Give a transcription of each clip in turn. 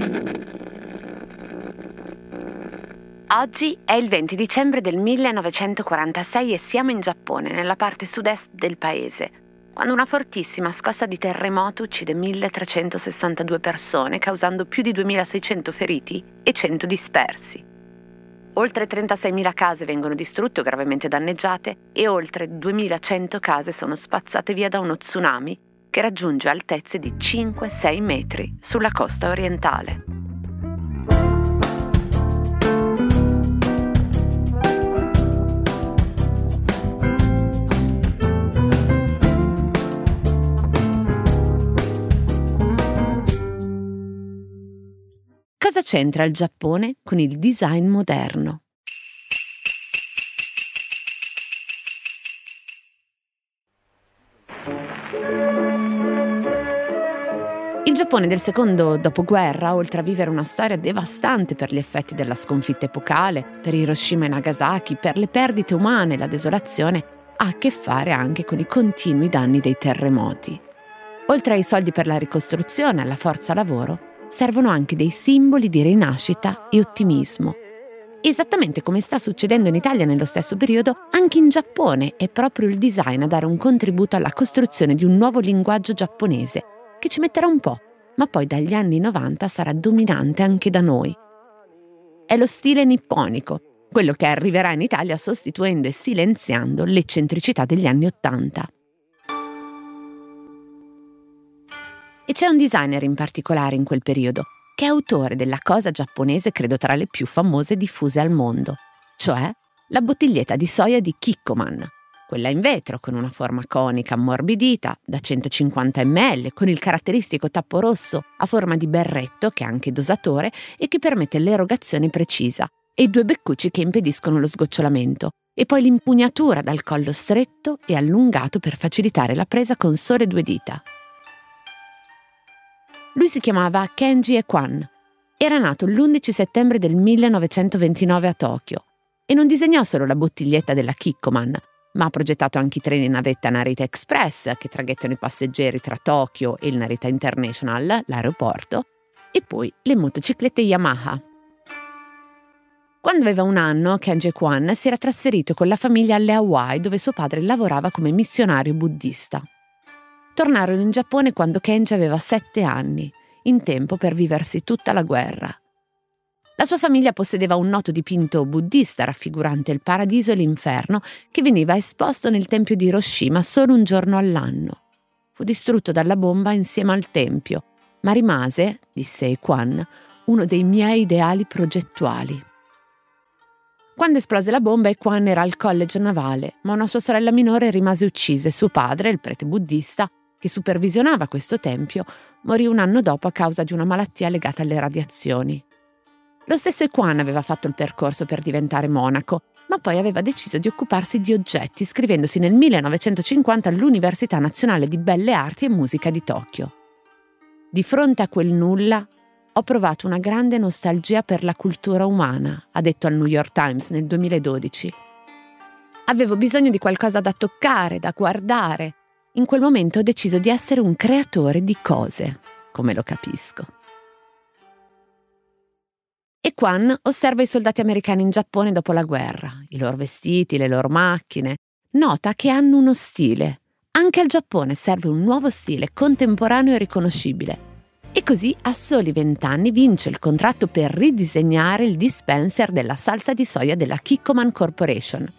Oggi è il 20 dicembre del 1946 e siamo in Giappone, nella parte sud-est del paese, quando una fortissima scossa di terremoto uccide 1362 persone, causando più di 2600 feriti e 100 dispersi. Oltre 36.000 case vengono distrutte o gravemente danneggiate e oltre 2100 case sono spazzate via da uno tsunami che raggiunge altezze di 5-6 metri sulla costa orientale. Cosa c'entra il Giappone con il design moderno? Il Giappone del secondo dopoguerra, oltre a vivere una storia devastante per gli effetti della sconfitta epocale, per Hiroshima e Nagasaki, per le perdite umane e la desolazione, ha a che fare anche con i continui danni dei terremoti. Oltre ai soldi per la ricostruzione e alla forza lavoro, servono anche dei simboli di rinascita e ottimismo. Esattamente come sta succedendo in Italia nello stesso periodo, anche in Giappone è proprio il design a dare un contributo alla costruzione di un nuovo linguaggio giapponese, che ci metterà un po', ma poi dagli anni 90 sarà dominante anche da noi. È lo stile nipponico, quello che arriverà in Italia sostituendo e silenziando l'eccentricità degli anni 80. E c'è un designer in particolare in quel periodo, che è autore della cosa giapponese credo tra le più famose e diffuse al mondo, cioè la bottiglietta di soia di Kikkoman, quella in vetro con una forma conica ammorbidita da 150 ml, con il caratteristico tappo rosso a forma di berretto che è anche dosatore e che permette l'erogazione precisa, e i due beccucci che impediscono lo sgocciolamento, e poi l'impugnatura dal collo stretto e allungato per facilitare la presa con sole 2 dita. Lui si chiamava Kenji Ekwan, era nato l'11 settembre del 1929 a Tokyo e non disegnò solo la bottiglietta della Kikkoman, ma ha progettato anche i treni navetta Narita Express che traghettano i passeggeri tra Tokyo e il Narita International, l'aeroporto, e poi le motociclette Yamaha. Quando aveva 1 anno, Kenji Ekwan si era trasferito con la famiglia alle Hawaii, dove suo padre lavorava come missionario buddista. Tornarono in Giappone quando Kenji aveva 7 anni, in tempo per viversi tutta la guerra. La sua famiglia possedeva un noto dipinto buddista raffigurante il paradiso e l'inferno che veniva esposto nel tempio di Hiroshima solo un giorno all'anno. Fu distrutto dalla bomba insieme al tempio, ma rimase, disse Ekwan, uno dei miei ideali progettuali. Quando esplose la bomba, Ekwan era al college navale, ma una sua sorella minore rimase uccisa e suo padre, il prete buddista, che supervisionava questo tempio, morì 1 anno dopo a causa di una malattia legata alle radiazioni. Lo stesso Ekwan aveva fatto il percorso per diventare monaco, ma poi aveva deciso di occuparsi di oggetti, iscrivendosi nel 1950 all'Università Nazionale di Belle Arti e Musica di Tokyo. Di fronte a quel nulla, ho provato una grande nostalgia per la cultura umana, ha detto al New York Times nel 2012. Avevo bisogno di qualcosa da toccare, da guardare. In quel momento ho deciso di essere un creatore di cose, come lo capisco. Ekwan osserva i soldati americani in Giappone dopo la guerra, i loro vestiti, le loro macchine. Nota che hanno uno stile. Anche al Giappone serve un nuovo stile contemporaneo e riconoscibile. E così a soli 20 anni vince il contratto per ridisegnare il dispenser della salsa di soia della Kikkoman Corporation.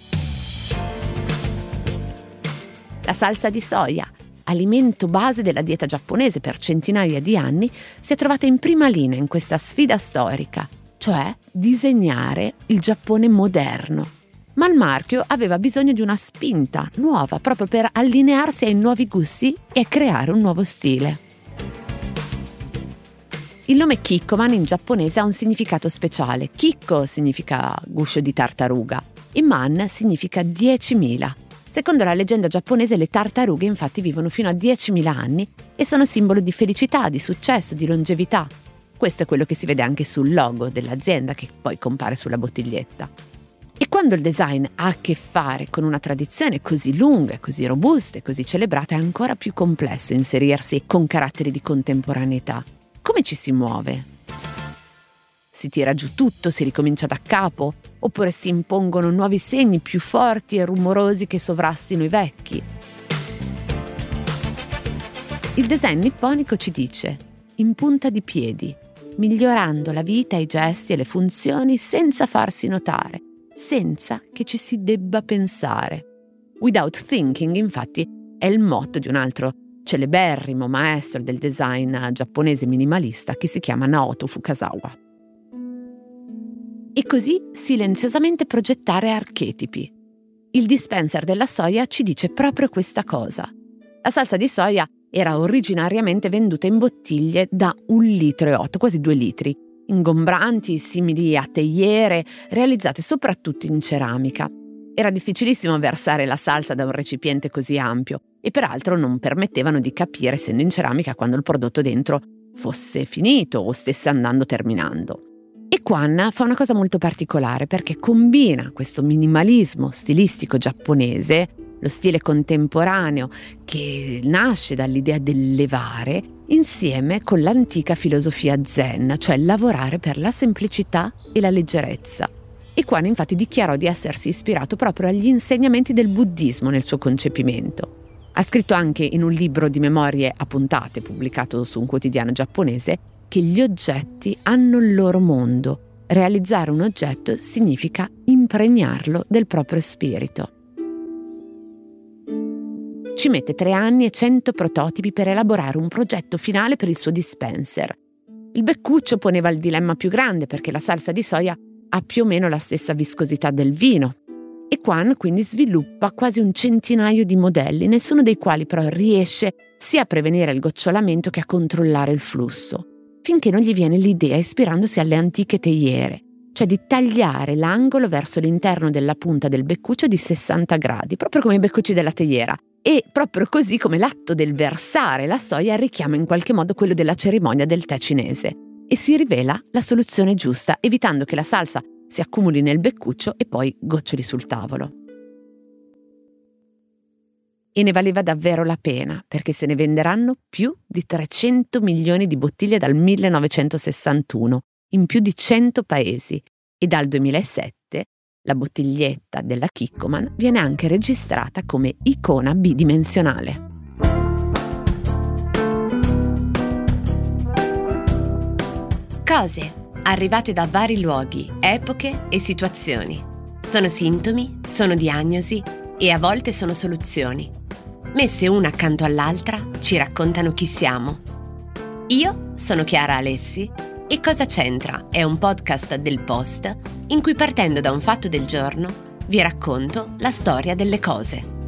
La salsa di soia, alimento base della dieta giapponese per centinaia di anni, si è trovata in prima linea in questa sfida storica, cioè disegnare il Giappone moderno. Ma il marchio aveva bisogno di una spinta nuova proprio per allinearsi ai nuovi gusti e creare un nuovo stile. Il nome Kikkoman in giapponese ha un significato speciale. Kikko significa guscio di tartaruga e man significa 10.000. Secondo la leggenda giapponese le tartarughe infatti vivono fino a 10.000 anni e sono simbolo di felicità, di successo, di longevità. Questo è quello che si vede anche sul logo dell'azienda che poi compare sulla bottiglietta. E quando il design ha a che fare con una tradizione così lunga, così robusta e così celebrata, è ancora più complesso inserirsi con caratteri di contemporaneità. Come ci si muove? Si tira giù tutto, si ricomincia da capo, oppure si impongono nuovi segni più forti e rumorosi che sovrastino i vecchi. Il design nipponico ci dice: in punta di piedi, migliorando la vita, i gesti e le funzioni senza farsi notare, senza che ci si debba pensare. Without thinking, infatti, è il motto di un altro celeberrimo maestro del design giapponese minimalista che si chiama Naoto Fukasawa. E così silenziosamente progettare archetipi. Il dispenser della soia ci dice proprio questa cosa. La salsa di soia era originariamente venduta in bottiglie da 1,8 litri, quasi 2 litri, ingombranti, simili a teiere, realizzate soprattutto in ceramica. Era difficilissimo versare la salsa da un recipiente così ampio e peraltro non permettevano di capire, essendo in ceramica, quando il prodotto dentro fosse finito o stesse andando terminando. E Kwan fa una cosa molto particolare perché combina questo minimalismo stilistico giapponese, lo stile contemporaneo che nasce dall'idea del levare, insieme con l'antica filosofia zen, cioè lavorare per la semplicità e la leggerezza. E Kwan infatti dichiarò di essersi ispirato proprio agli insegnamenti del buddismo nel suo concepimento. Ha scritto anche in un libro di memorie appuntate pubblicato su un quotidiano giapponese che gli oggetti hanno il loro mondo. Realizzare un oggetto significa impregnarlo del proprio spirito. Ci mette 3 anni e 100 prototipi per elaborare un progetto finale per il suo dispenser. Il beccuccio poneva il dilemma più grande perché la salsa di soia ha più o meno la stessa viscosità del vino. E Kwan quindi sviluppa quasi un centinaio di modelli, nessuno dei quali però riesce sia a prevenire il gocciolamento che a controllare il flusso, finché non gli viene l'idea, ispirandosi alle antiche teiere, cioè di tagliare l'angolo verso l'interno della punta del beccuccio di 60 gradi, proprio come i beccucci della teiera. E proprio così come l'atto del versare la soia richiama in qualche modo quello della cerimonia del tè cinese. E si rivela la soluzione giusta, evitando che la salsa si accumuli nel beccuccio e poi goccioli sul tavolo. E ne valeva davvero la pena, perché se ne venderanno più di 300 milioni di bottiglie dal 1961, in più di 100 paesi, e dal 2007 la bottiglietta della Kikkoman viene anche registrata come icona bidimensionale. Cose arrivate da vari luoghi, epoche e situazioni. Sono sintomi, sono diagnosi e a volte sono soluzioni. Messe una accanto all'altra ci raccontano chi siamo. Io sono Chiara Alessi e Cosa c'entra è un podcast del Post in cui, partendo da un fatto del giorno, vi racconto la storia delle cose.